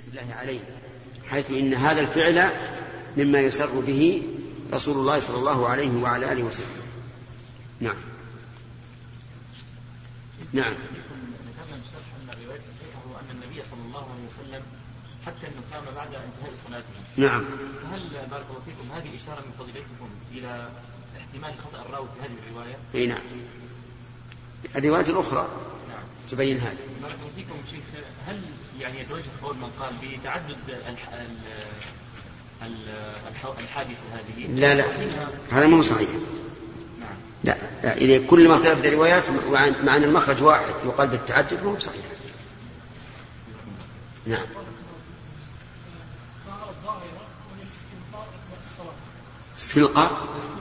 الله عليه، حيث إن هذا الفعل مما يسر به رسول الله صلى الله عليه وعلى آله وسلم. نعم. نعم. نتمنى شرح أن الرواية صحيحه أن النبي صلى الله عليه وسلم حتى أنه قام بعد انتهاء صلاته. نعم. هل بارك الله فيكم هذه إشارة من فضيلتكم إلى احتمال خطأ الراوي في هذه الرواية؟ اي نعم. الرواية الأخرى نعم تبين هذا. بارك الله فيكم شيخ، هل يعني يتوجه قول من قال بتعدد الحادثة هذه؟ لا هذا مو صحيح. نعم. لا إذا كل ما اختلفت الروايات مع أن المخرج واحد يقال بالتعدد مو صحيح. نعم. استلقاء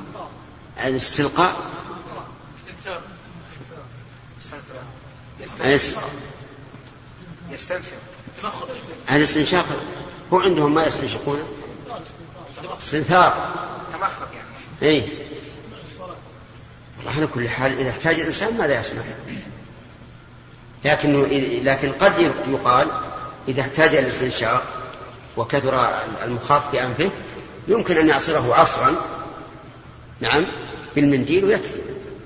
يستنشق هذا استنشاق، هو عندهم ما يستنشقون استنثار تمخط يعني. ايه والله على كل حال إذا احتاج الإنسان ماذا يصنع، لكن قد يقال إذا احتاج الاستنشاق وكثر المخاط بأنفه يمكن أن يعصره عصرا نعم بالمنديل ويكفي.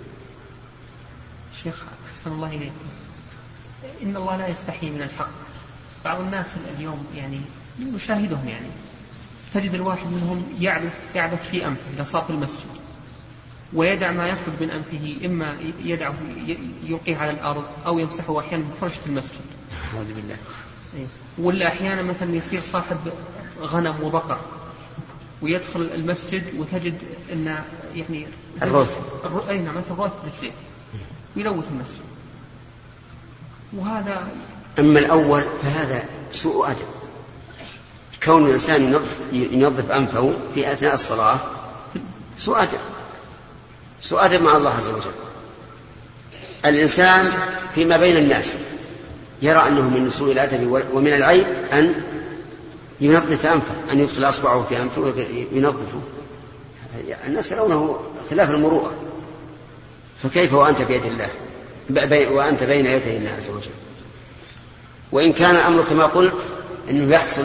شيخ أحسن الله إليكم، إن الله لا يستحي من الحق. بعض الناس اليوم يعني نشاهدهم يعني تجد الواحد منهم يعبث في أنفه إذا صار في المسجد ويدع ما يخرج من أنفه، إما يدعه يلقيه على الأرض أو يمسحه أحيانا بفرشة المسجد. أعوذ بالله. ولا أحيانا مثلا يصير صاحب غنم وبقر ويدخل المسجد وتجد أن يعني الروث مثل الروث بالشيء ويلوث المسجد. وهذا أما الأول فهذا سوء أدب، كون الإنسان ينظف أنفه في أثناء الصلاة سوء أدب مع الله عز وجل. الإنسان فيما بين الناس يرى أنه من سوء الأدب ومن العيب أن ينظف أنفه، أن يدخل أصبعه في أنفه وينظفه. الناس يرونه خلاف المروءة، فكيف وأنت بيد الله وأنت بين يدي الله عز وجل. وإن كان الأمر كما قلت أنه يحصل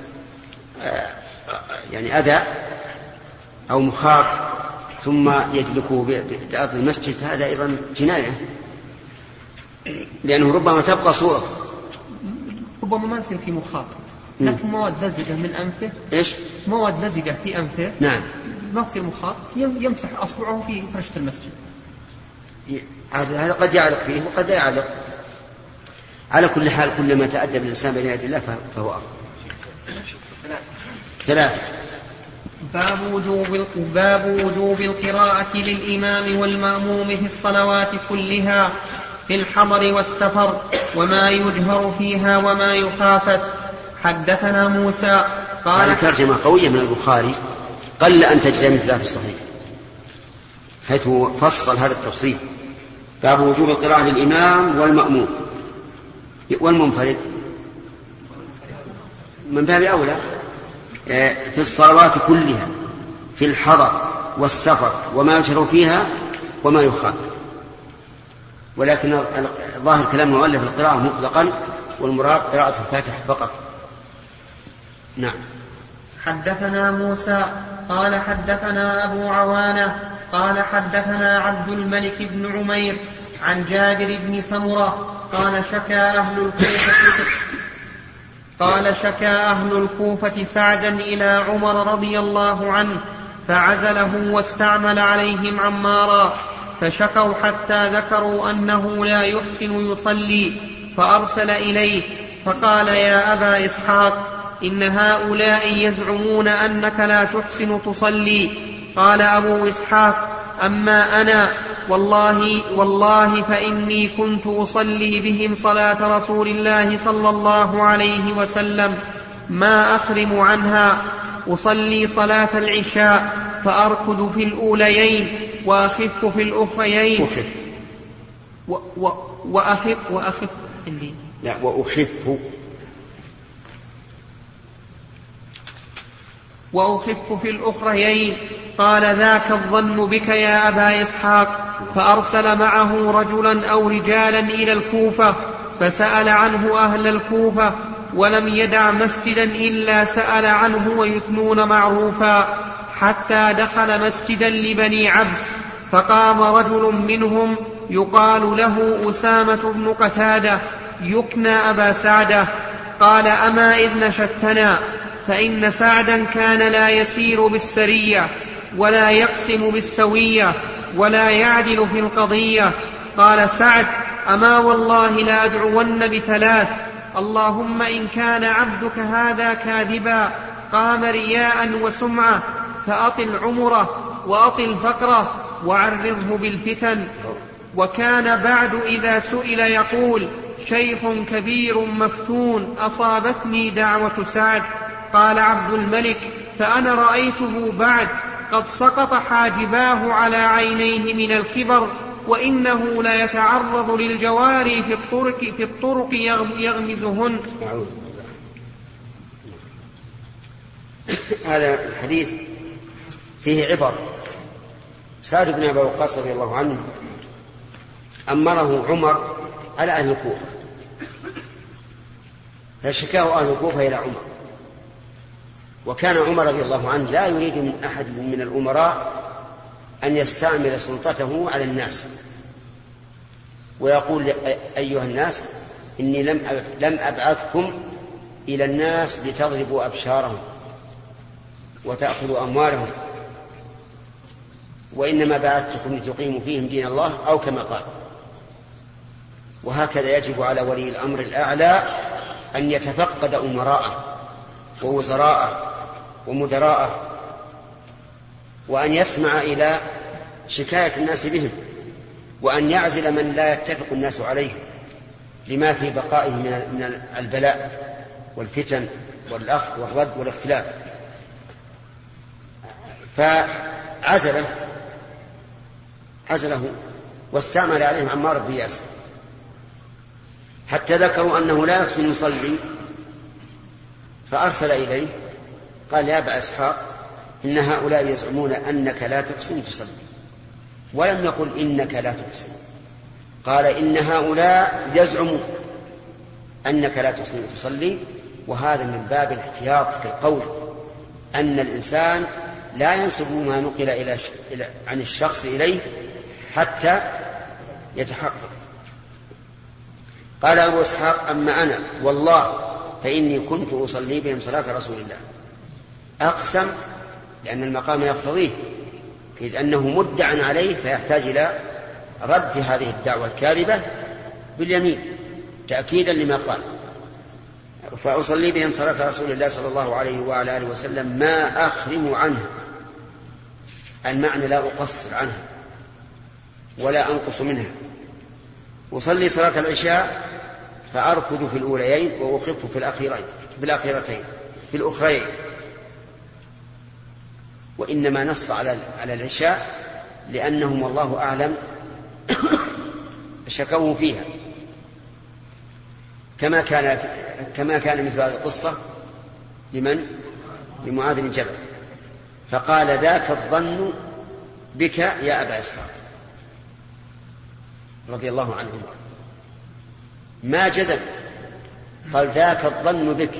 يعني أذى أو مخاط ثم يدلكه بأرض المسجد، هذا أيضا جناية، لأنه ربما تبقى صورة، ربما ما يصير في مخاط لكن مواد لزجة من أنفه. إيش؟ مواد لزجة في أنفه. نعم. ما تصير مخاط، يمسح أصبعه في فرشة المسجد. هذا قد يعلق فيه وقد لا يعلق. على كل حال كلما تأدب الإنسان بين يدي الله فهو أفضل. 3 باب وجوب القراءة للإمام والمأموم في الصلوات كلها في الحضر والسفر وما يجهر فيها وما يخافت. حدثنا موسى قال هذه ترجمة قوية من البخاري قل أن تجد مثلها في الصحيح، حيث فصل هذا التفصيل. باب وجوب القراءة للإمام والمأموم والمنفرد من باب أولى في الصلوات كلها في الحضر والسفر وما يجهر فيها وما يخاف. ولكن ظاهر كلام المؤلف القراءة مطلقا والمراد قراءة الفاتحة فقط. نعم. حدثنا موسى قال حدثنا أبو عوانة قال حدثنا عبد الملك بن عمير عن جابر بن سمرة قال شكى أهل الكوفة سعدا إلى عمر رضي الله عنه فعزله واستعمل عليهم عمارا، فشكوا حتى ذكروا أنه لا يحسن يصلي، فأرسل إليه فقال يا أبا إسحاق إن هؤلاء يزعمون أنك لا تحسن تصلي. قال أبو إسحاق أما أنا والله فإني كنت أصلي بهم صلاة رسول الله صلى الله عليه وسلم ما أخرم عنها، أصلي صلاة العشاء فأركض في الأوليين وأخف في الأخريين وأخف عندي لا وأخف في الأخريين. قال ذاك الظن بك يا أبا إسحاق. فأرسل معه رجلا أو رجالا إلى الكوفة فسأل عنه أهل الكوفة ولم يدع مسجدا إلا سأل عنه ويثنون معروفا، حتى دخل مسجدا لبني عبس، فقام رجل منهم يقال له أسامة بن قتادة يكنى أبا سعدة، قال: أما إذ نشدتنا، فإن سعدا كان لا يسير بالسرية ولا يقسم بالسوية ولا يعدل في القضية. قال سعد: أما والله لا أدعون بثلاث: اللهم إن كان عبدك هذا كاذبا قام رياء وسمعة فأطل عمره وأطل فقره وعرضه بالفتن. وكان بعد إذا سئل يقول: شيخ كبير مفتون أصابتني دعوة سعد. قال عبد الملك: فأنا رأيته بعد قد سقط حاجباه على عينيه من الكبر، وإنه لا يتعرض للجواري في الطرق يغمزهن. هذا الحديث فيه عبر. سعد بن أبي وقاص رضي الله عنه أمره عمر على أهل الكوفة، فشكاه أهل الكوفة إلى عمر، وكان عمر رضي الله عنه لا يريد من أحد من الأمراء أن يستعمل سلطته على الناس ويقول: أيها الناس إني لم أبعثكم إلى الناس لتضربوا أبشارهم وتأخذوا أموالهم، وإنما بعثتكم لتقيموا فيهم دين الله، أو كما قال. وهكذا يجب على ولي الأمر الأعلى أن يتفقد أمراءه ووزراءه ومدراءه، وأن يسمع إلى شكاية الناس بهم، وأن يعزل من لا يتفق الناس عليه لما في بقائه من البلاء والفتن والأخذ والرد والاختلاف. فعزله واستعمل عليهم عمار بن ياسر، حتى ذكروا أنه لا يحسن يصلي، فأرسل إليه قال: يا أبا إسحاق، إن هؤلاء يزعمون أنك لا تحسن تصلي، ولم يقل إنك لا تحسن، قال: إن هؤلاء يزعمون أنك لا تحسن تصلي. وهذا من باب الاحتياط في القول، أن الإنسان لا ينسب ما نقل عن الشخص إليه حتى يتحقق. قال أبو إسحاق: أما أنا والله فإني كنت أصلي بهم صلاة رسول الله. أقسم لأن المقام يقتضيه، إذ أنه مدعى عليه فيحتاج إلى رد هذه الدعوة الكاذبة باليمين تأكيدا لما قال: فأصلي بهم صلاة رسول الله صلى الله عليه وعلى آله وسلم ما أخرم عنها، المعنى لا أقصر عنها ولا أنقص منها. أصلي صلاة العشاء فأركض في الأوليين وأخف في الأخرين. وإنما نص على العشاء لأنهم والله أعلم شكوه فيها، كما كان مثل هذه القصة لمعاذ بن جبل، فقال: ذاك الظن بك يا أبا إسحاق رضي الله عنهما، ما جزم، قال: ذاك الظن بك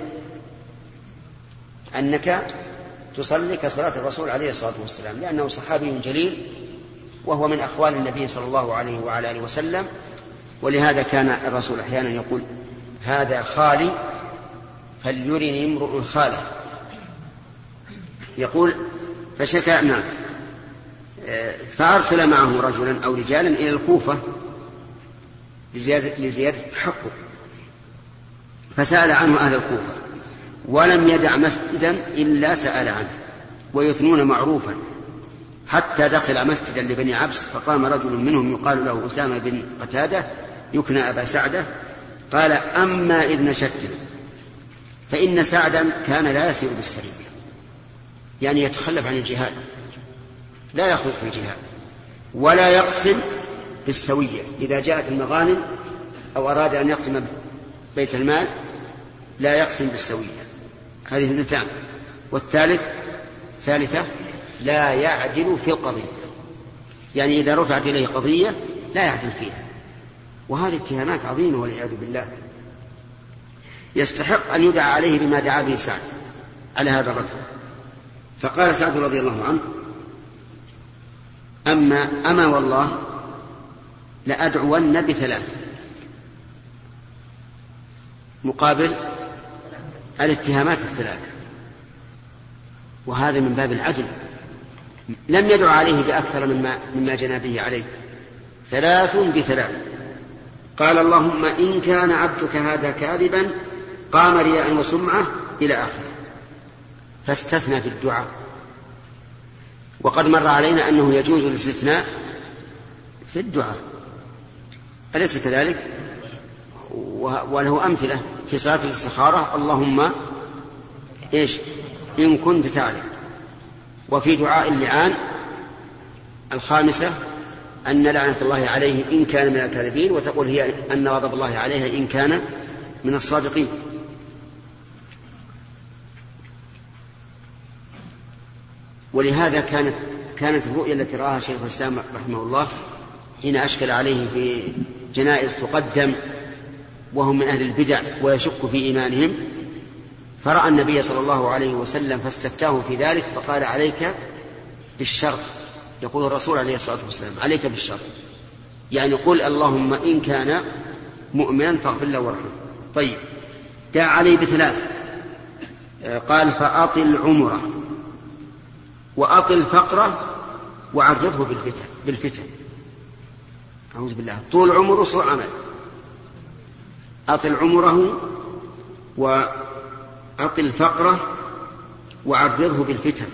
أنك تصلي كصلاة الرسول عليه الصلاة والسلام، لأنه صحابي جليل وهو من أخوال النبي صلى الله عليه وعلى آله وسلم. ولهذا كان الرسول أحيانا يقول: هذا خالي فليرني امرؤ خاله. يقول: فشكى فأرسل معه رجلا أو رجالا إلى الكوفة لزيادة التحقق، فسأل عنه أهل الكوفة، ولم يدع مسجدا إلا سأل عنه ويثنون معروفا، حتى دخل مسجدا لبني عبس، فقام رجل منهم يقال له أسامة بن قتادة يكنى أبا سعدة، قال: أما إذ نشدت، فإن سعدا كان لا يسير بالسرية، يعني يتخلف عن الجهاد، لا يخلص في الجهاد، ولا يقسم بالسوية، إذا جاءت المغانم أو أراد أن يقسم بيت المال لا يقسم بالسوية. هذه اثنتان. والثالثة لا يعدل في القضية، يعني إذا رفعت إليه قضية لا يعدل فيها، وهذه اتهامات عظيمة والعياذ بالله. يستحق أن يدعى عليه بما دعا به سعد على هذا الرجل. فقال سعد رضي الله عنه: أما والله لأدعون بثلاث مقابل الاتهامات الثلاث. وهذا من باب العدل، لم يدع عليه بأكثر مما جنى به عليه، 3 بثلاث. قال: اللهم إن كان عبدك هذا كاذبا قام رياء وسمعة إلى آخره، فاستثنى في الدعاء. وقد مر علينا أنه يجوز الاستثناء في الدعاء، أليس كذلك؟ وله أمثلة في صلاة الاستخارة: اللهم إن كنت تعلم. وفي دعاء اللعان 5 أن لعنة الله عليه إن كان من الكاذبين، وتقول هي أن غضب الله عليها إن كان من الصادقين. ولهذا كانت الرؤيا التي رآها شيخ الإسلام رحمه الله حين أشكل عليه في جنائز تقدم وهم من أهل البدع ويشك في إيمانهم، فرأى النبي صلى الله عليه وسلم فاستفتاه في ذلك فقال: عليك بالشرط. يقول الرسول عليه الصلاة والسلام: عليك بالشرط، يعني قل اللهم إن كان مؤمنا فاغفر له وارحمه. طيب، دعا عليه بثلاث، قال: فأطل عمره وأطل فقره وعرضه بالفتن. أعوذ بالله. طول عمره سوء عمل، أطل عمره وأطل فقره وعرضه بالفتن.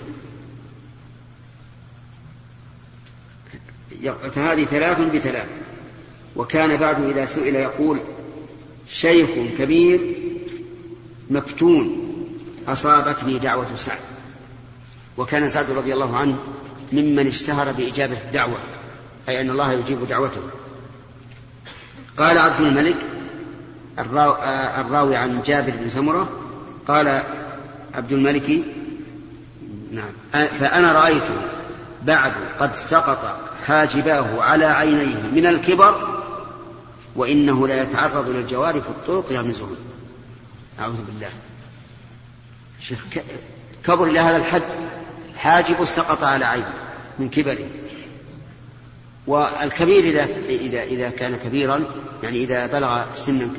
فهذه 3 بثلاث. وكان بعد إذا سئل يقول: شيخ كبير مفتون أصابتني دعوة سعد. وكان سعد رضي الله عنه ممن اشتهر بإجابة الدعوة، أي أن الله يجيب دعوته. قال عبد الملك الراوي عن جابر بن سمرة، قال عبد الملك: نعم، فأنا رأيته بعد قد سقط حاجباه على عينيه من الكبر، وإنه لا يتعرض للجوار في الطرق يغمزهم. أعوذ بالله. شوف كبر لهذا الحد، حاجب سقط على عينه من كبره. والكبير إذا كان كبيرا، يعني إذا بلغ سنا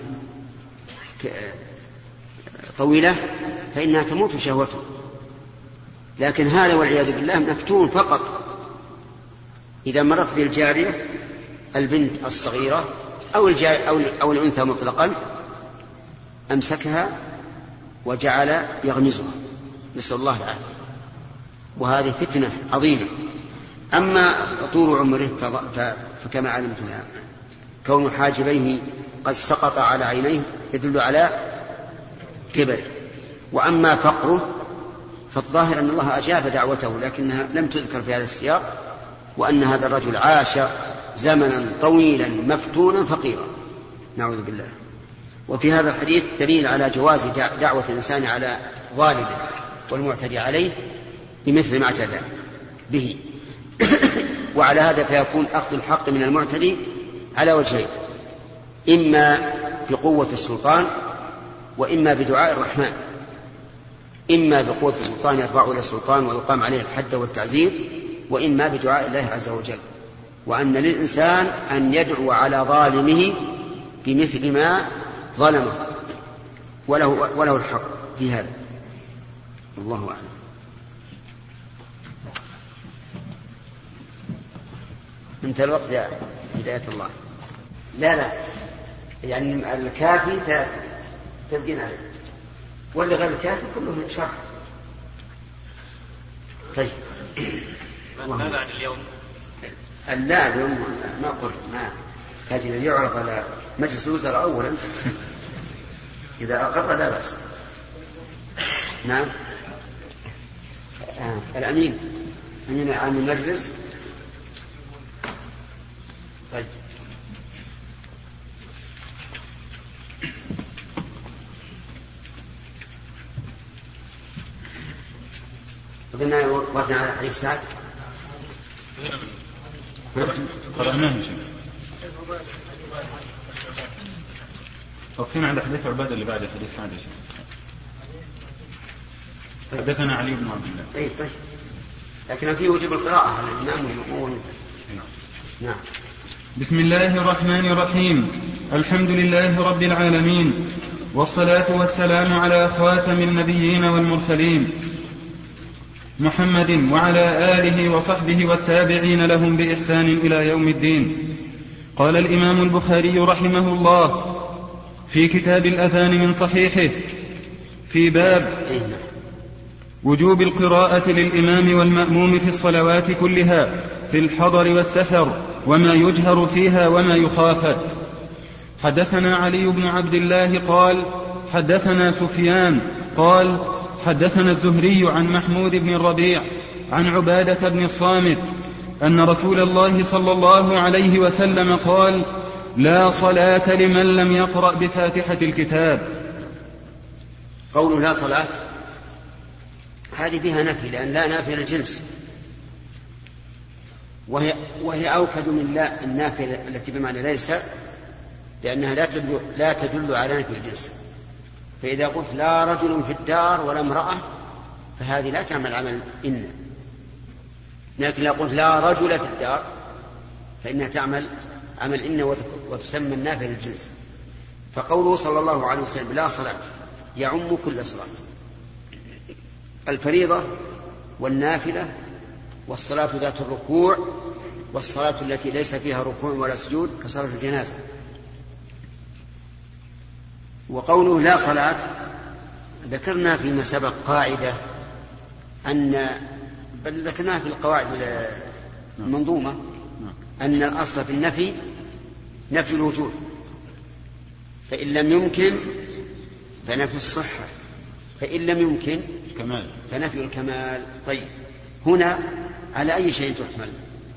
طويلة، فإنها تموت شهوته. لكن هذا والعياذ بالله مفتون فقط. إذا مرت بالجارية البنت الصغيرة أو الأنثى مطلقا أمسكها وجعل يغمزها، نسأل الله العافية. وهذه فتنة عظيمة. أما طول عمره فكما علمتم كون حاجبيه قد سقط على عينيه يدل على كبره. وأما فقره فالظاهر أن الله أجاب دعوته، لكنها لم تذكر في هذا السياق، وأن هذا الرجل عاش زمنا طويلا مفتونا فقيرا، نعوذ بالله. وفي هذا الحديث دليل على جواز دعوة الإنسان على ظالمه والمعتدي عليه بمثل ما اعتدى به. وعلى هذا فيكون أخذ الحق من المعتدي على وجهين: إما بقوة السلطان وإما بدعاء الرحمن. إما بقوة السلطان يرفع إلى السلطان ويقام عليه الحد والتعزير، وإما بدعاء الله عز وجل. وأن للإنسان أن يدعو على ظالمه بمثل ما ظلمه، وله الحق في هذا. الله أعلم. انت الوقت يا هداية الله. لا يعني الكافي تبقين عليه، واللي غير الكافي كله شرح. طيب، ماذا عن اليوم؟ لا، اليوم ما قلت، ما يحتاج أن يعرض على مجلس الوزراء أولا، إذا أقر لا بأس. نعم. الأمين عن المجلس. طيب. قلنا وقفنا على حديث سعد. قرأناه شيء. وقفنا عند حديث عبادة اللي بعد حديث سعد. حدثنا علي بن عبد الله. اي طيب، لكن في وجوب القراءة على الإمام والمأموم. نعم. بسم الله الرحمن الرحيم. الحمد لله رب العالمين، والصلاة والسلام على خاتم النبيين والمرسلين محمد وعلى آله وصحبه والتابعين لهم بإحسان إلى يوم الدين. قال الإمام البخاري رحمه الله في كتاب الأذان من صحيحه في باب وجوب القراءة للإمام والمأموم في الصلوات كلها في الحضر والسفر وما يجهر فيها وما يخافت. حدثنا علي بن عبد الله قال حدثنا سفيان قال حدثنا الزهري عن محمود بن الربيع عن عبادة بن الصامت أن رسول الله صلى الله عليه وسلم قال لا صلاة لمن لم يقرأ بفاتحة الكتاب. قول لا صلاة هذه فيها نفي، لأن لا نافي للجنس، وهي أوكد من لا النافية التي بمعنى ليس، لأنها لا تدل على نفي الجنس. فإذا قلت لا رجل في الدار ولا امرأة فهذه لا تعمل عمل إن، لكن لو قلت لا رجل في الدار فإنها تعمل عمل إن وتسمى النافية للجنس. فقوله صلى الله عليه وسلم لا صلاة يعم كل صلاة، الفريضة والنافلة والصلاة ذات الركوع والصلاة التي ليس فيها ركوع ولا سجود كصلاة الجنازة. وقوله لا صلاة ذكرنا فيما سبق قاعدة بل ذكرناها في القواعد المنظومة أن الأصل في النفي نفي الوجود، فإن لم يمكن فنفي الصحة، فإن لم يمكن فنفي الكمال. طيب هنا على أي شيء تحمل؟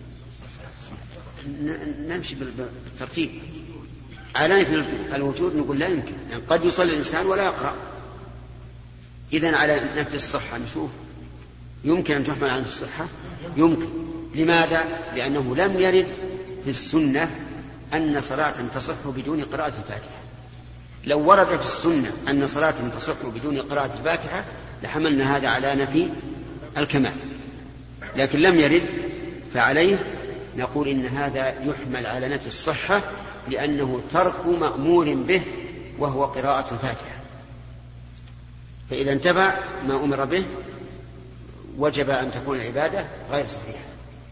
نمشي بالترتيب. على نفي الوجود نقول لا يمكن، يعني قد يصلي الإنسان ولا يقرأ. إذن على نفي الصحة نشوف يمكن أن تحمل عن الصحة؟ يمكن. لماذا؟ لأنه لم يرد في السنة أن صلاة تصح بدون قراءة الفاتحة. لو ورد في السنة أن صلاة تصح بدون قراءة الفاتحة لحملنا هذا على نفي الكمال، لكن لم يرد، فعليه نقول إن هذا يحمل على نفي الصحة، لأنه ترك مأمور به وهو قراءة الفاتحة، فإذا انتفع ما أمر به وجب أن تكون العبادة غير صحيحة.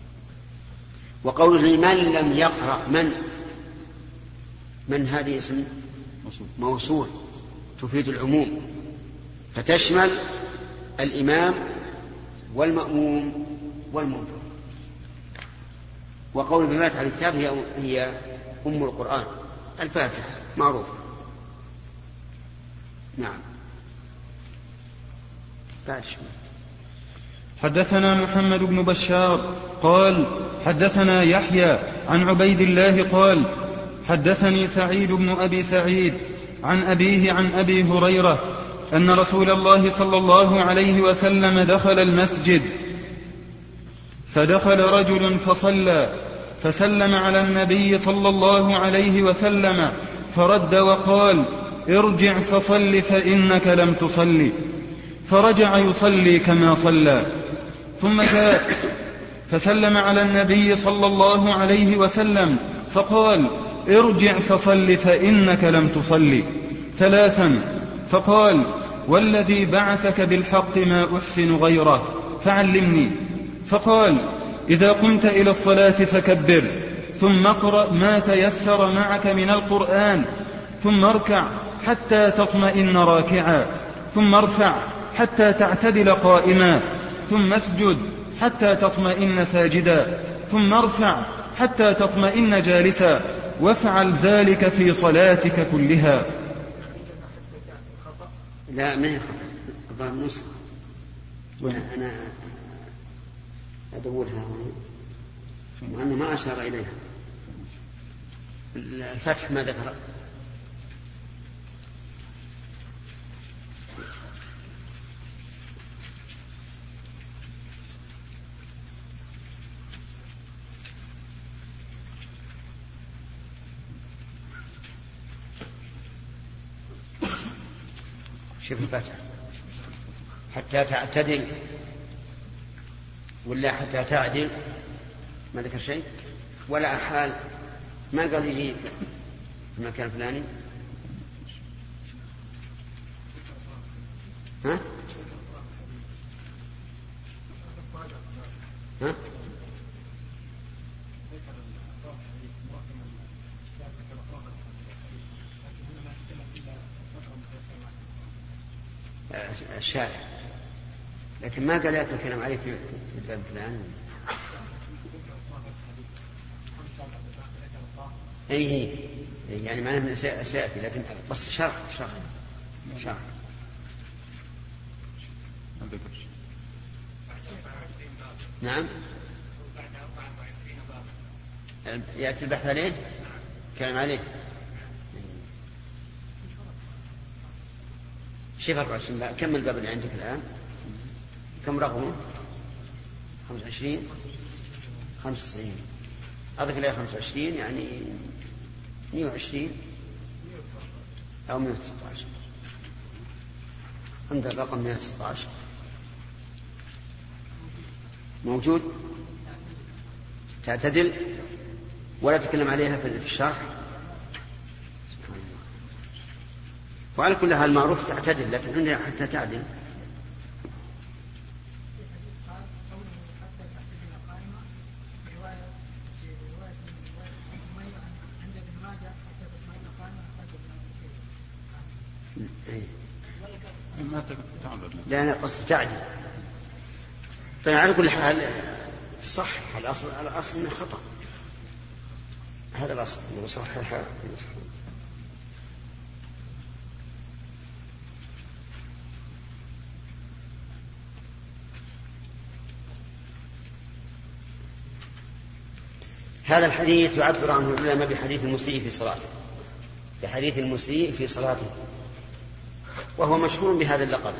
وقوله لمن لم يقرأ، من هذه اسم موصول تفيد العموم، فتشمل الإمام والمأموم والمنفرد. وقول بفاتحة الكتاب هي أم القرآن، الفاتحة معروفة. نعم. بعد شوي. حدثنا محمد بن بشار قال حدثنا يحيى عن عبيد الله قال حدثني سعيد بن أبي سعيد عن أبيه عن أبي هريرة أن رسول الله صلى الله عليه وسلم دخل المسجد، فدخل رجل فصلى، فسلم على النبي صلى الله عليه وسلم فرد وقال ارجع فصل فإنك لم تصلي، فرجع يصلي كما صلى. ثم جاء فسلم على النبي صلى الله عليه وسلم فقال ارجع فصل فإنك لم تصلي 3، فقال والذي بعثك بالحق ما أحسن غيره فعلمني. فقال إذا قمت إلى الصلاة فكبر، ثم اقرأ ما تيسر معك من القرآن، ثم اركع حتى تطمئن راكعا، ثم ارفع حتى تعتدل قائما، ثم اسجد حتى تطمئن ساجدا، ثم ارفع حتى تطمئن جالسا، وافعل ذلك في صلاتك كلها. لا ما هي خطأ النسخة، أنا أدورها وأنه ما أشار إليها. الفتح ما ذكر. شوف الفتح حتى تعتدل ولا حتى تعدل، ما ذكر شيء ولا أحال، ما قال يجي في المكان الفلاني. ها؟ ها؟ الشارع، لكن ما قال يأتي الكلام عليه في الباب الفلاني. أي يعني معناه من سيأتي، لكن بس شرح. نعم يأتي البحث عليه كلام عليه. شيخ 24 باب. كم الباب اللي عندك الآن؟ كم رقمه؟ 25 95 أضف إليه 25 يعني 120 أو 116. عند الرقم 116 موجود. تعتدل ولا تتكلم عليها في الشرح. وعلى كل حال معروف تعتدل، لكن عندها حتى تعدل. لا أنا قصد تعدل. طيب على كل حال صح، الأصل من خطأ، هذا الأصل إنه صح الحال. هذا الحديث يعبر عنه العلماء بحديث المسيء في صلاته، بحديث المسيء في صلاته، وهو مشهور بهذا اللقب.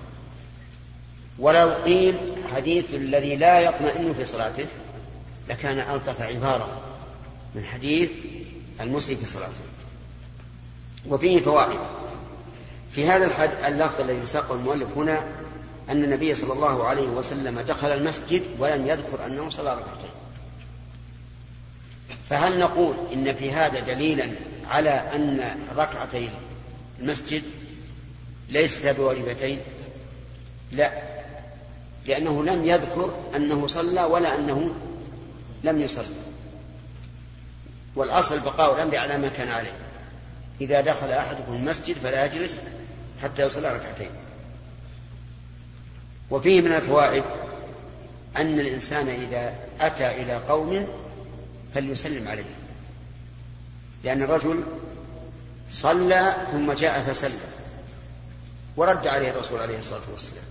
ولو قيل حديث الذي لا يطمئن في صلاته لكان ألطف عبارة من حديث المسيء في صلاته. وفيه فوائد. في هذا اللفظ الذي ساقه المؤلف هنا أن النبي صلى الله عليه وسلم دخل المسجد ولم يذكر أنه صلى ركعتين. فهل نقول إن في هذا دليلا على أن ركعتي المسجد ليست بواجبتين؟ لا، لأنه لم يذكر أنه صلى ولا أنه لم يصلي، والأصل بقاء الأمر على ما كان عليه. إذا دخل أحدكم المسجد فلا يجلس حتى يصلي ركعتين. وفيه من الفوائد أن الإنسان إذا أتى إلى قوم فليسلم عليه، لأن الرجل صلى ثم جاء فسلم ورد عليه الرسول عليه الصلاة والسلام.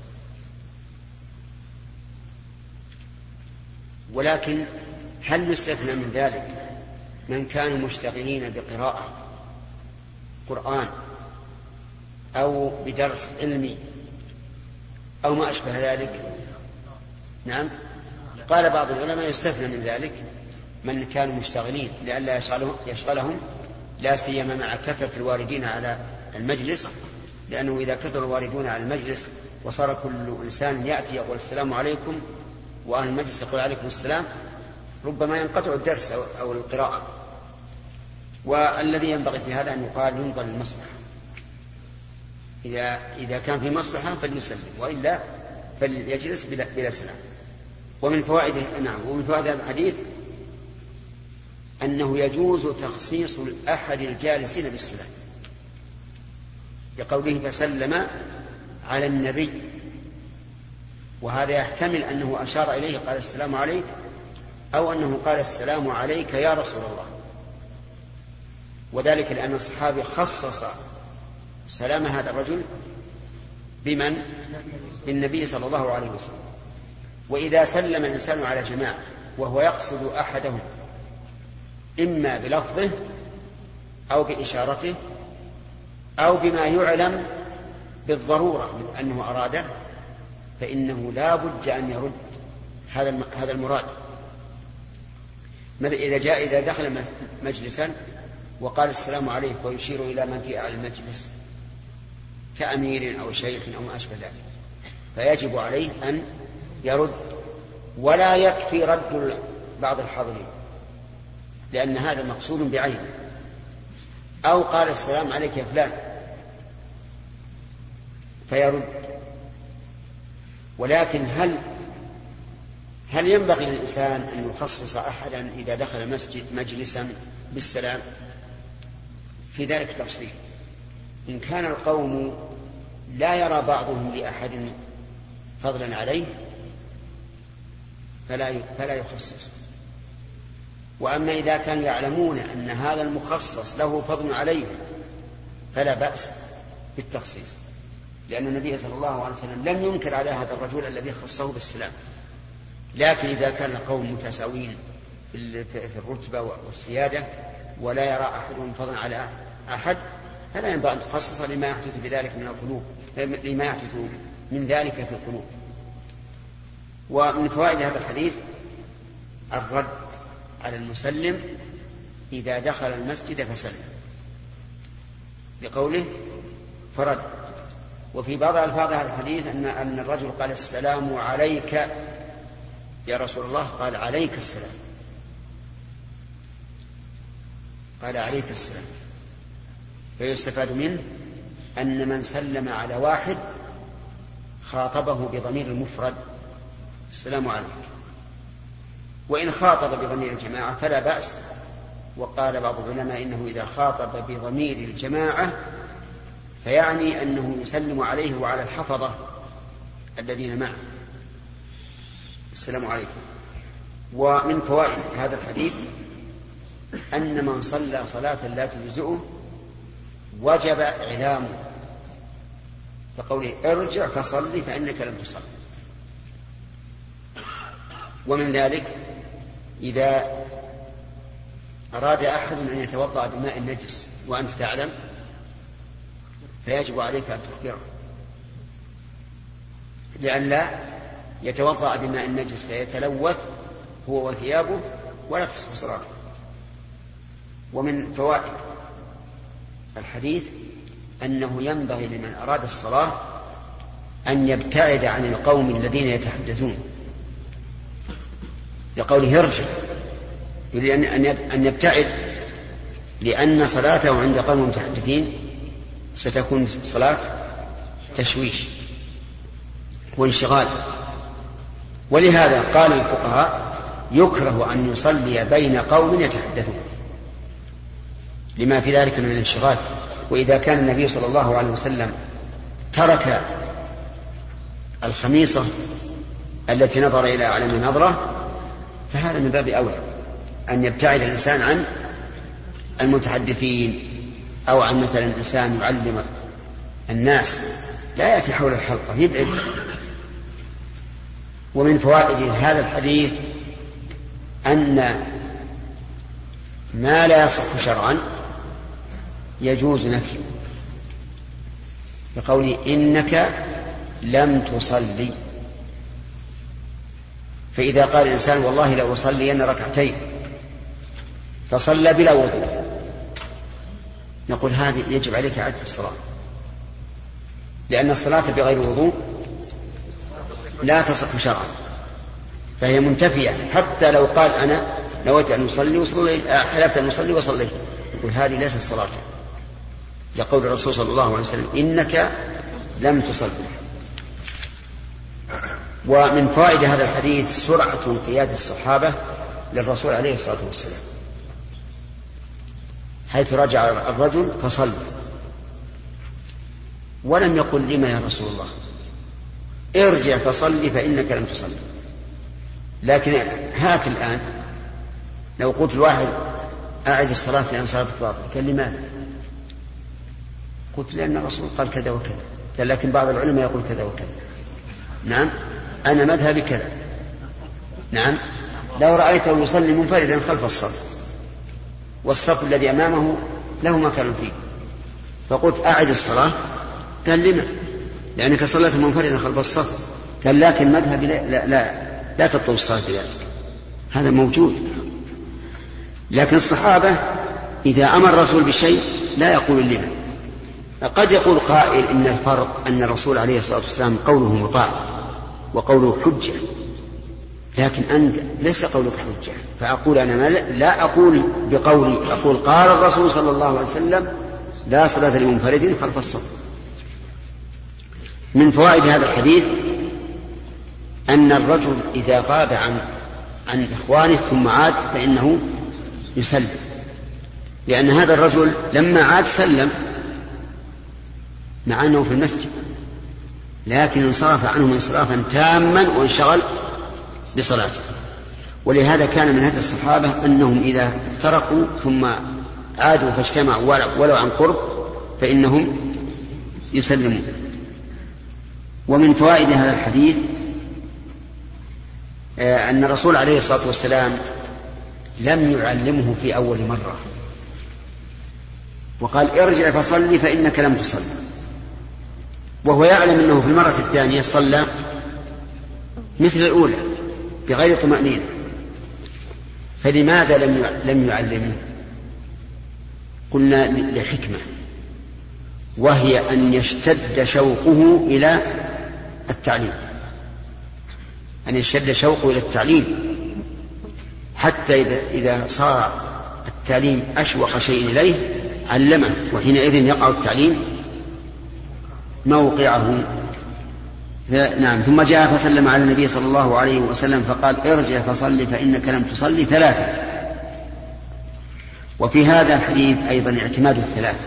ولكن هل يستثنى من ذلك من كانوا مشتغلين بقراءة قرآن أو بدرس علمي أو ما أشبه ذلك؟ نعم، قال بعض العلماء يستثنى من ذلك من كانوا مشتغلين لئلا يشغلهم، لا سيما مع كثرة الواردين على المجلس، لأنه إذا كثر الواردون على المجلس وصار كل إنسان يأتي يقول السلام عليكم وأهل المجلس يقول عليكم السلام، ربما ينقطع الدرس أو القراءة. والذي ينبغي في هذا أن يقال ينظر للمصلحة، إذا كان في مصلحة فليسلم، وإلا فليجلس بلا سلام. ومن فوائد هذا الحديث أنه يجوز تخصيص أحد الجالسين بالسلام، لقوله فسلم على النبي، وهذا يحتمل أنه أشار إليه قال السلام عليك، أو أنه قال السلام عليك يا رسول الله، وذلك لأن الصحابي خصص سلام هذا الرجل بمن؟ بالنبي صلى الله عليه وسلم. وإذا سلم الإنسان على جماعة وهو يقصد أحدهم إما بلفظه أو بإشارته أو بما يعلم بالضرورة من أنه أراده، فإنه لا بد أن يرد هذا المراد. إذا دخل مجلسا وقال السلام عليك ويشير إلى من في أعلى المجلس، كأمير أو شيخ أو ما أشبه ذلك، فيجب عليه أن يرد، ولا يكفي رد بعض الحاضرين، لأن هذا مقصود بعينه. أو قال السلام عليك يا فلان فيرد. ولكن هل ينبغي للإنسان أن يخصص أحدا إذا دخل المسجد مجلسا بالسلام؟ في ذلك تفصيل. إن كان القوم لا يرى بعضهم لأحد فضلا عليه فلا يخصص. وأما إذا كانوا يعلمون أن هذا المخصص له فضل عليه فلا بأس بالتخصيص، لأن النبي صلى الله عليه وسلم لم ينكر على هذا الرجل الذي خصه بالسلام. لكن إذا كان القوم متساوين في الرتبة والسيادة ولا يرى أحدهم فضلا على أحد فلا ينبغي أن تخصص لما يحدث بذلك من القلوب، لما يحدث من ذلك في القلوب. ومن فوائد هذا الحديث الرد على المسلم إذا دخل المسجد فسلم، بقوله فرد. وفي بعض ألفاظ هذا الحديث أن الرجل قال السلام عليك يا رسول الله، قال عليك السلام، قال عليك السلام. فيستفاد منه أن من سلم على واحد خاطبه بضمير المفرد السلام عليك، وإن خاطب بضمير الجماعة فلا بأس. وقال بعض العلماء إنه إذا خاطب بضمير الجماعة فيعني أنه يسلم عليه وعلى الحفظة الذين معه السلام عليكم. ومن فوائد هذا الحديث أن من صلى صلاة لا تجزئه وجب إعلامه، فقوله ارجع فصلي فإنك لم تصل. ومن ذلك إذا أراد أحد أن يتوضأ بماء نجس وأنت تعلم فيجب عليك أن تخبره، لئلا يتوضأ بماء النجس فيتلوث هو وثيابه ولا تصح صلاته. ومن فوائد الحديث أنه ينبغي لمن أراد الصلاة أن يبتعد عن القوم الذين يتحدثون، لقوله ارجع، يريد أن يبتعد، لأن صلاته عند قوم متحدثين ستكون صلاة تشويش وانشغال. ولهذا قال الفقهاء يكره أن يصلي بين قوم يتحدثون لما في ذلك من الانشغال. وإذا كان النبي صلى الله عليه وسلم ترك الخميصة التي نظر إلى أعلم نظرة فهذا من باب أولى أن يبتعد الإنسان عن المتحدثين، أو عن مثلا إنسان يعلم الناس لا يأتي حول الحلقة، يبعد. ومن فوائد هذا الحديث أن ما لا يصح شرعا يجوز نفيه، بقوله إنك لم تصلي. فإذا قال الإنسان والله لو أصلين ركعتين فصلى بلا وضوء نقول هذه يجب عليك إعادة الصلاة، لأن الصلاة بغير وضوء لا تصح شرعا، فهي منتفية. حتى لو قال أنا نويت أن أصلي وصليت، حلفت أن أصلي وصليت، نقول هذه ليست الصلاة، لقول الرسول صلى الله عليه وسلم إنك لم تصلي. ومن فوائد هذا الحديث سرعة انقياد الصحابة للرسول عليه الصلاة والسلام، حيث رجع الرجل فصلى ولم يقل لما يا رسول الله ارجع فصلي فإنك لم تصلي. لكن هات الآن لو قلت الواحد أعد الصلاة لأن صلاتك باطلة، قال لماذا؟ قلت لأن الرسول قال كذا وكذا، قال لكن بعض العلماء يقول كذا وكذا. نعم أنا مذهبي كذا. نعم لو رأيته يصلي منفردا خلف الصف والصف الذي أمامه له مكان فيه فقلت أعد الصلاة، قال لما؟ لأنك صليت منفردا خلف الصف. قال لكن مذهبي لا تطلب الصلاة ذلك، هذا موجود. لكن الصحابة إذا أمر الرسول بشيء لا يقول لما، قد يقول قائل إن الفرق أن الرسول عليه الصلاة والسلام قوله مطاع وقوله حجة، لكن أنت ليس قولك حجة، فأقول أنا لا أقول بقولي، أقول قال الرسول صلى الله عليه وسلم لا صلاة لمنفرد خلف الصف. من فوائد هذا الحديث أن الرجل إذا غاب عن إخوانه ثم عاد فإنه يسلم، لأن هذا الرجل لما عاد سلم مع أنه في المسجد، لكن انصرف عنهم انصرافا تاما وانشغل بصلاته. ولهذا كان من هدي الصحابة أنهم إذا افترقوا ثم عادوا فاجتمعوا ولو عن قرب فإنهم يسلمون. ومن فوائد هذا الحديث أن الرسول عليه الصلاة والسلام لم يعلمه في أول مرة، وقال ارجع فصلي فإنك لم تصل، وهو يعلم أنه في المرة الثانية صلى مثل الأولى بغير طمأنينة، فلماذا لم يعلمه؟ قلنا لحكمة، وهي أن يشتد شوقه إلى التعليم، أن يشتد شوقه إلى التعليم حتى إذا صار التعليم أشوق شيء إليه علمه، وحينئذ يقع التعليم موقعه. نعم. ثم جاء فسلم على النبي صلى الله عليه وسلم فقال ارجع فصل فإنك لم تصلي 3. وفي هذا الحديث أيضا اعتماد الثلاث،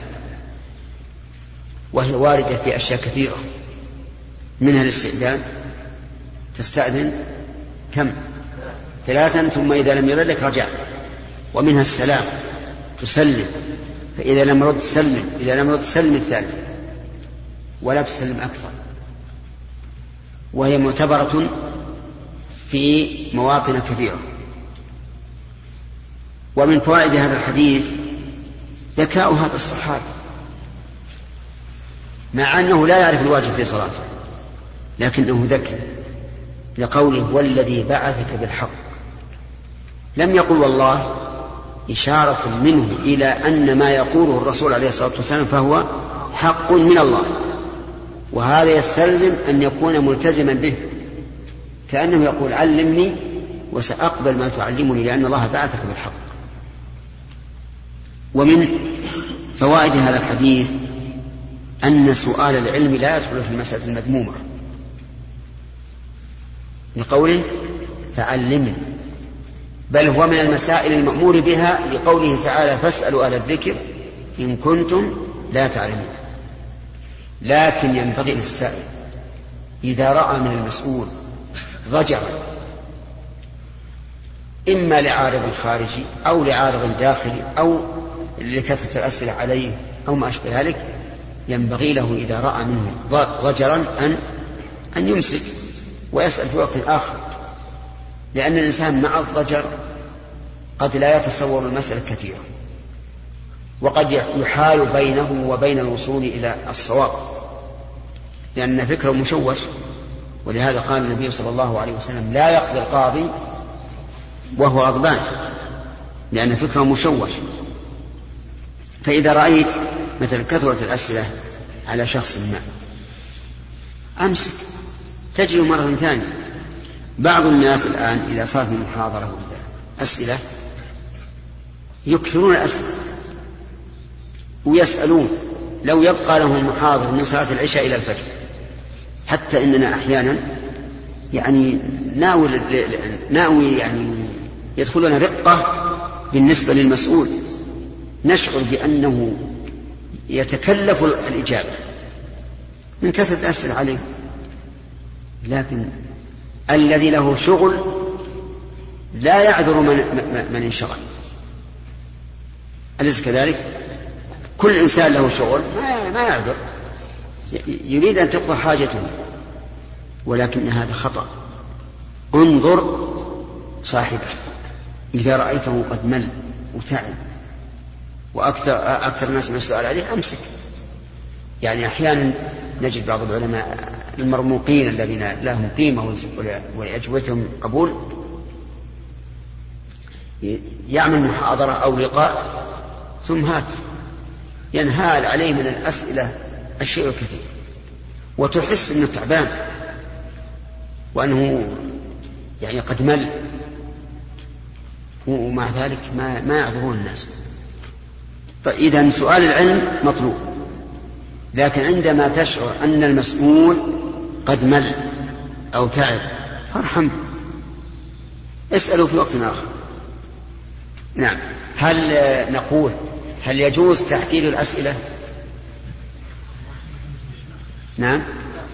وهي واردة في أشياء كثيرة، منها الاستئذان، تستأذن كم 3 ثم إذا لم يذلك رجعت، ومنها السلام تسلم، فإذا لم يرد تسلم، إذا لم يرد تسلم 3 ولا تسلم أكثر، وهي معتبرة في مواطن كثيرة. ومن فوائد هذا الحديث ذكاء هذا الصحابي، مع أنه لا يعرف الواجب في صلاته لكنه ذكي، لقوله والذي بعثك بالحق، لم يقل والله، إشارة منه إلى أن ما يقوله الرسول عليه الصلاة والسلام فهو حق من الله، وهذا يستلزم أن يكون ملتزما به، كأنه يقول علمني وسأقبل ما تعلمني لأن الله بعثك بالحق. ومن فوائد هذا الحديث أن سؤال العلم لا يدخل في المسألة المذمومة، لقوله فعلمني، بل هو من المسائل المأمور بها لقوله تعالى فاسألوا أهل الذكر إن كنتم لا تعلمون. لكن ينبغي للسائل إذا رأى من المسؤول ضجرا إما لعارض خارجي أو لعارض داخلي أو لكثرة الأسئلة عليه أو ما أشبه ذلك، ينبغي له إذا رأى منه ضجرا أن يمسك ويسأل في وقت آخر، لأن الإنسان مع الضجر قد لا يتصور المسألة كثيرا، وقد يحال بينه وبين الوصول إلى الصواب، لأن فكره مشوش. ولهذا قال النبي صلى الله عليه وسلم لا يقضي القاضي وهو غضبان، لأن فكره مشوش. فإذا رأيت مثل كثرة الأسئلة على شخص ما أمسك، تجري مرة ثانية. بعض الناس الآن إذا صار في محاضرة أسئلة يكثرون الأسئلة ويسألون، لو يبقى لهم المحاضر من صلاة العشاء إلى الفجر، حتى إننا أحيانا يعني ناوي يعني يدخلنا رقة بالنسبة للمسؤول، نشعر بأنه يتكلف الإجابة من كثرة الأسئلة عليه، لكن الذي له شغل لا يعذر من انشغل، أليس كذلك؟ كل إنسان له شغل ما يعذر، يريد أن تقضى حاجته، ولكن هذا خطأ. انظر صاحبه إذا رأيته قد مل وتعب، وأكثر الناس من السؤال عليه أمسك. يعني أحيانا نجد بعض العلماء المرموقين الذين لهم قيمة ولأجوبتهم قبول يعمل محاضرة أو لقاء ثم ينهال عليه من الأسئلة الشيء الكثير، وتحس أنه تعبان وأنه يعني قد مل، ومع ذلك ما يعذرون الناس. فإذا سؤال العلم مطلوب، لكن عندما تشعر أن المسؤول قد مل أو تعب فارحم، اسألوا في وقت آخر. نعم. هل يجوز تحديد الأسئلة؟ نعم،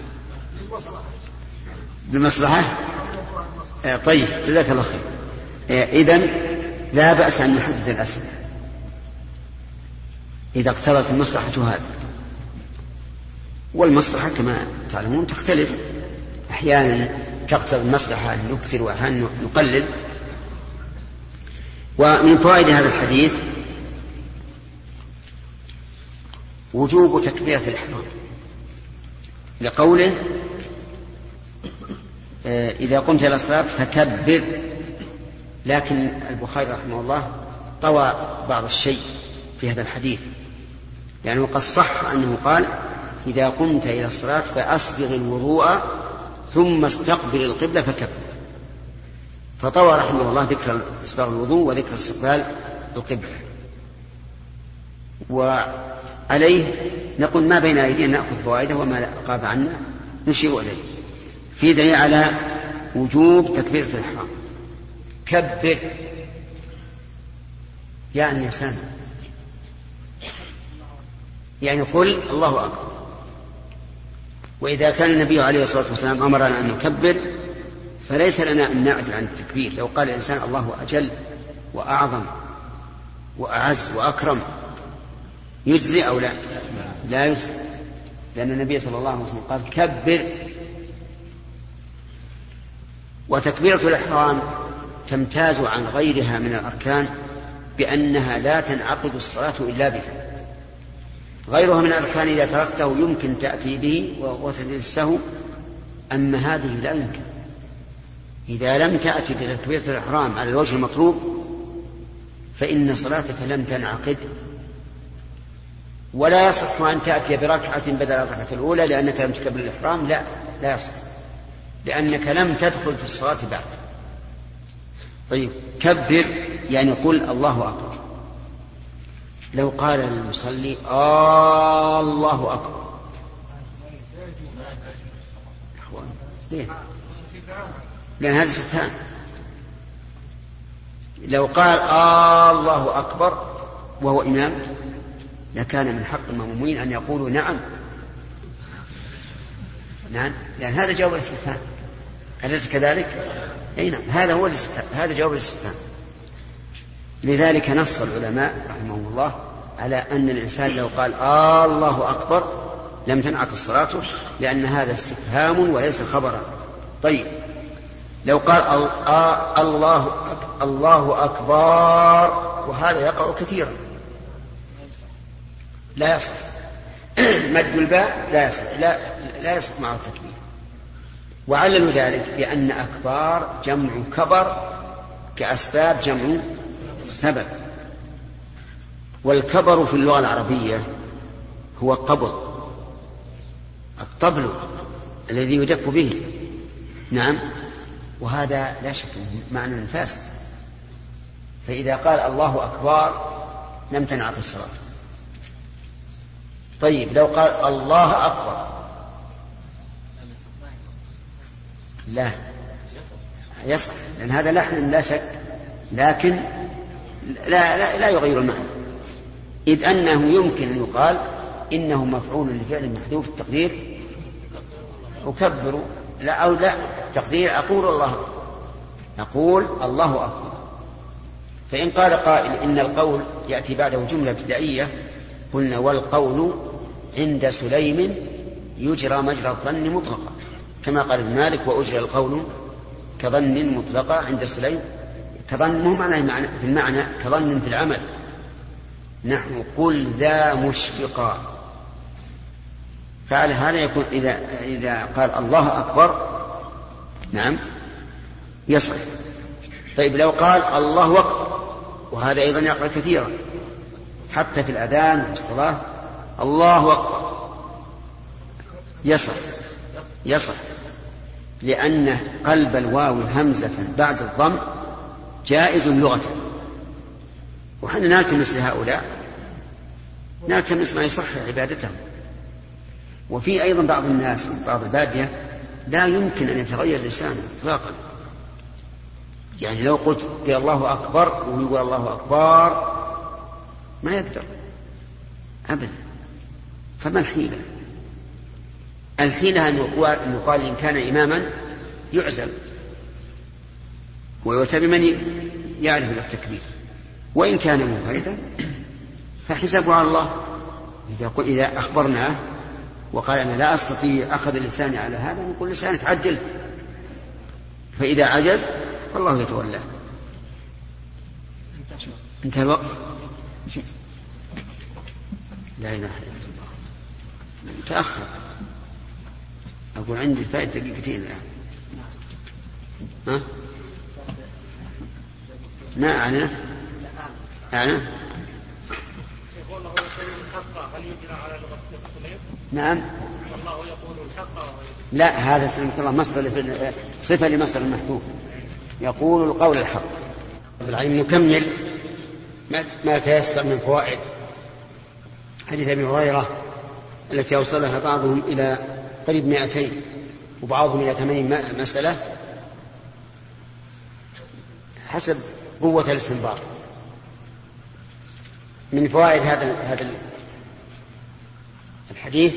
بالمصلحة. طيب، جزاك الله خير. إذن لا بأس أن نحدد الأسئلة إذا اقتضت المصلحة هذا، والمصلحة كما تعلمون تختلف، أحيانا تقتضي المصلحة أن نكثر وأحيانا نقلل. ومن فوائد هذا الحديث وجوب تكبيرة الإحرام، لقوله إذا قمت إلى الصلاة فكبر. لكن البخاري رحمه الله طوى بعض الشيء في هذا الحديث، يعني وقد صح أنه قال إذا قمت إلى الصلاة فأسبغ الوضوء ثم استقبل القبلة فكبر، فطوى رحمه الله ذكر إسباغ الوضوء وذكر استقبال القبلة. وعليه نقول ما بين أيدينا نأخذ فوائده، وما قاب عنا نشير إليه. في دليل على وجوب تكبيرة الإحرام. كبر يعني يا سامي، يعني قل الله أكبر. وإذا كان النبي عليه الصلاة والسلام أمرنا أن نكبر فليس لنا أن نعدل عن التكبير. لو قال الإنسان الله أجل وأعظم وأعز وأكرم يجزي أو لا؟ لا يجزي، لأن النبي صلى الله عليه وسلم قال كبر. وتكبيرة الإحرام تمتاز عن غيرها من الأركان بأنها لا تنعقد الصلاة إلا بها. غيرها من الأركان إذا تركته يمكن تأتي به وتسجد السهو، أما هذه لا يمكن. إذا لم تأتي بتكبيرة الإحرام على الوجه المطلوب فإن صلاتك لم تنعقد، ولا يصح أن تأتي بركعة بدل الركعة الأولى لأنك لم تكبر الإحرام. لا يصح، لأنك لم تدخل في الصلاة بعد. طيب، كبر يعني قل الله أكبر. لو قال المصلي الله أكبر، لأن هذا استفهام. لو قال الله أكبر وهو إمام لكان من حق المأمومين أن يقولوا نعم، لأن هذا جواب الاستفهام، أليس كذلك؟ أي نعم، هذا جواب الاستفهام. لذلك نص العلماء رحمهم الله على أن الإنسان لو قال الله أكبر لم تنعقد صلاته، لأن هذا استفهام وليس خبرا. طيب، لو قال الله أكبر وهذا يقع كثيرا لا يصح، مد الباء لا يصح، لا يصح معه التكبير. وعللوا ذلك بأن أكبار جمع كبر كأسباب جمع سبب. والكبر في اللغة العربية هو الطبل الذي يدف به. نعم، وهذا لا شك معنى فاسد. فإذا قال الله أكبر لم تنعقد الصلاة. طيب، لو قال الله أكبر لا يصح، لأن هذا لحن لا شك، لكن لا يغير المعنى، إذ أنه يمكن أن يقال إنه مفعول لفعل محذوف التقدير أكبر، لا التقدير أقول الله أكبر. فإن قال قائل إن القول يأتي بعده جملة ابتدائية قلنا والقول عند سليم يجرى مجرى الظن مطلقا، كما قال ابن مالك وأجرى القول كظن مطلقا عند سليم. كظن مو معنى في المعنى كظن في العمل. نحن قل ذا مشفقا، فعلى هذا يكون إذا قال الله أكبر نعم يصح. طيب، لو قال الله أكبر، وهذا أيضا يقع كثيرا حتى في الأذان وفي الصلاة، الله أكبر يصح لأن قلب الواو همزة بعد الضم جائز لغة، وحنا نلتمس لهؤلاء، نلتمس ما يصح عبادتهم. وفي أيضا بعض الناس من بعض البادية لا يمكن أن يتغير لسانه إطلاقا، يعني لو قلت يا الله أكبر ويقول الله أكبر ما يقدر أبدا. فما الحيلة؟ الحيلة أن يقال إن كان إماما يعزل ويؤتى بمن يعرف التكبير، وإن كان منفردا فحسابه على الله. إذا أخبرناه وقال أنا لا أستطيع أخذ لساني على هذا، نقول لسانك عدل، فإذا عجز فالله يتولاه. انتهى الوقت. لا إله إلا الله. تأخر. أقول عندي فائدة دقيقتين الآن. ها؟ ما أعنى؟ نعم. والله يقول الحق. لا، هذا سلمك الله مصدر صفة لمصدر المحذوف، يقول القول الحق. بالعلم نكمل ما تيسر من فوائد حديث أبي هريرة التي أوصلها بعضهم إلى قريب 200 وبعضهم إلى 80 مسألة حسب قوة الاستنباط. من فوائد هذا الحديث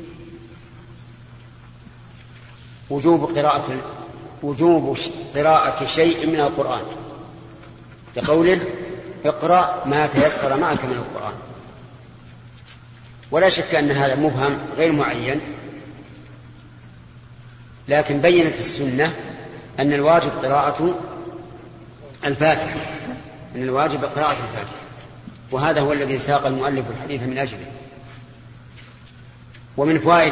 وجوب قراءة شيء من القرآن، لقوله اقرأ ما تيسر معك من القرآن. ولا شك أن هذا مبهم غير معين، لكن بينت السنة أن الواجب قراءة الفاتحة، وهذا هو الذي ساق المؤلف الحديث من أجله. ومن فوائد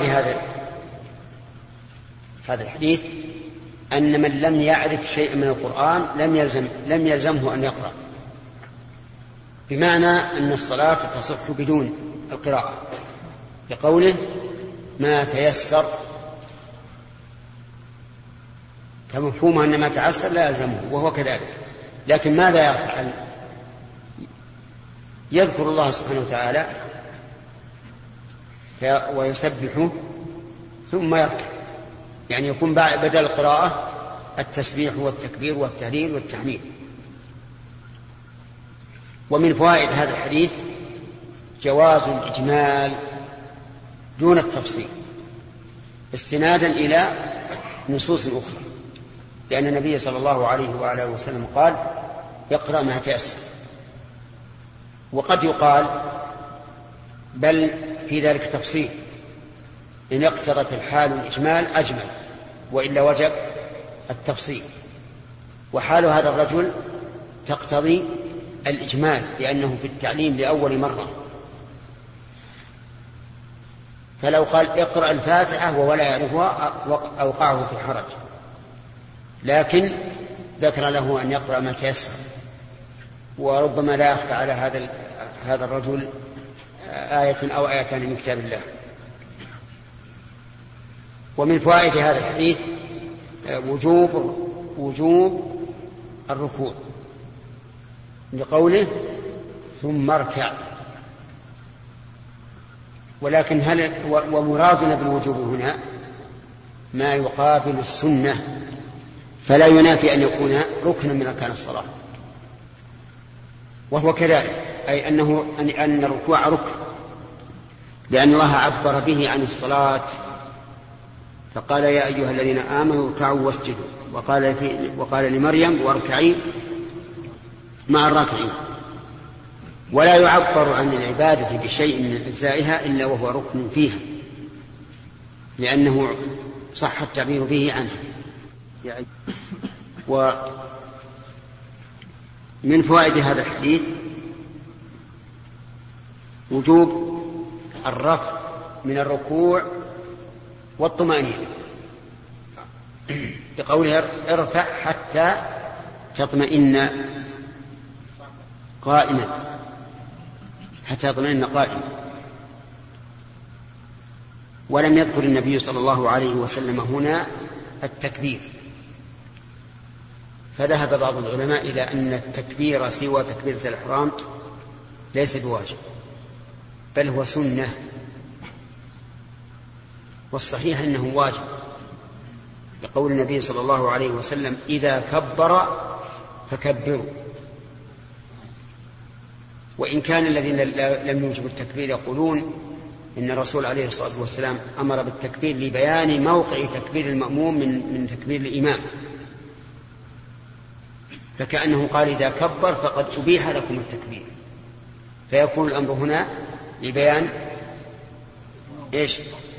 هذا الحديث أن من لم يعرف شيئا من القرآن لم يلزمه أن يقرأ، بمعنى أن الصلاة تصح بدون القراءة، لقوله ما تيسر، فمفهومه أن ما تعسر لا يلزمه، وهو كذلك. لكن ماذا يفعل؟ يذكر الله سبحانه وتعالى ويسبحه ثم يركع، يعني يكون بدل القراءة التسبيح والتكبير والتهليل والتحميد. ومن فوائد هذا الحديث جواز الإجمال دون التفصيل استنادا إلى نصوص أخرى، لأن النبي صلى الله عليه وآله وسلم قال اقرأ ما تيسر. وقد يقال بل في ذلك تفصيل، إن اقتضت الحال الإجمال أجمل، وإلا وجب التفصيل. وحال هذا الرجل تقتضي الإجمال لأنه في التعليم لأول مرة، فلو قال اقرأ الفاتحة ولا يعرفها أوقعه في حرج، لكن ذكر له أن يقرأ ما تيسر. وربما لا يخفى على هذا الرجل آية أو آيتان من كتاب الله. ومن فوائد هذا الحديث وجوب الركوع لقوله ثم اركع. ولكن ومرادنا بالوجوب هنا ما يقابل السنة، فلا ينافي أن يكون ركنا من أركان الصلاة، وهو كذلك، أي أن الركوع ركن، لأن الله عبر به عن الصلاة فقال يا أيها الذين آمنوا اركعوا واسجدوا، وقال لمريم واركعي مع الراكعين. ولا يعبر عن العبادة بشيء من أجزائها إلا وهو ركن فيها، لأنه صح التعبير به عنه. ومن فوائد هذا الحديث وجوب الرفع من الركوع والطمأنينة، بقوله ارفع حتى تطمئن قائما، ولم يذكر النبي صلى الله عليه وسلم هنا التكبير، فذهب بعض العلماء إلى أن التكبير سوى تكبيرة الإحرام ليس بواجب بل هو سنة، والصحيح أنه واجب لقول النبي صلى الله عليه وسلم إذا كبر فكبروا. وإن كان الذين لم يوجبوا التكبير يقولون إن الرسول عليه الصلاة والسلام أمر بالتكبير لبيان موقع تكبير المأموم من تكبير الإمام، فكأنه قال إذا كبر فقد أبيح لكم التكبير، فيكون الأمر هنا لبيان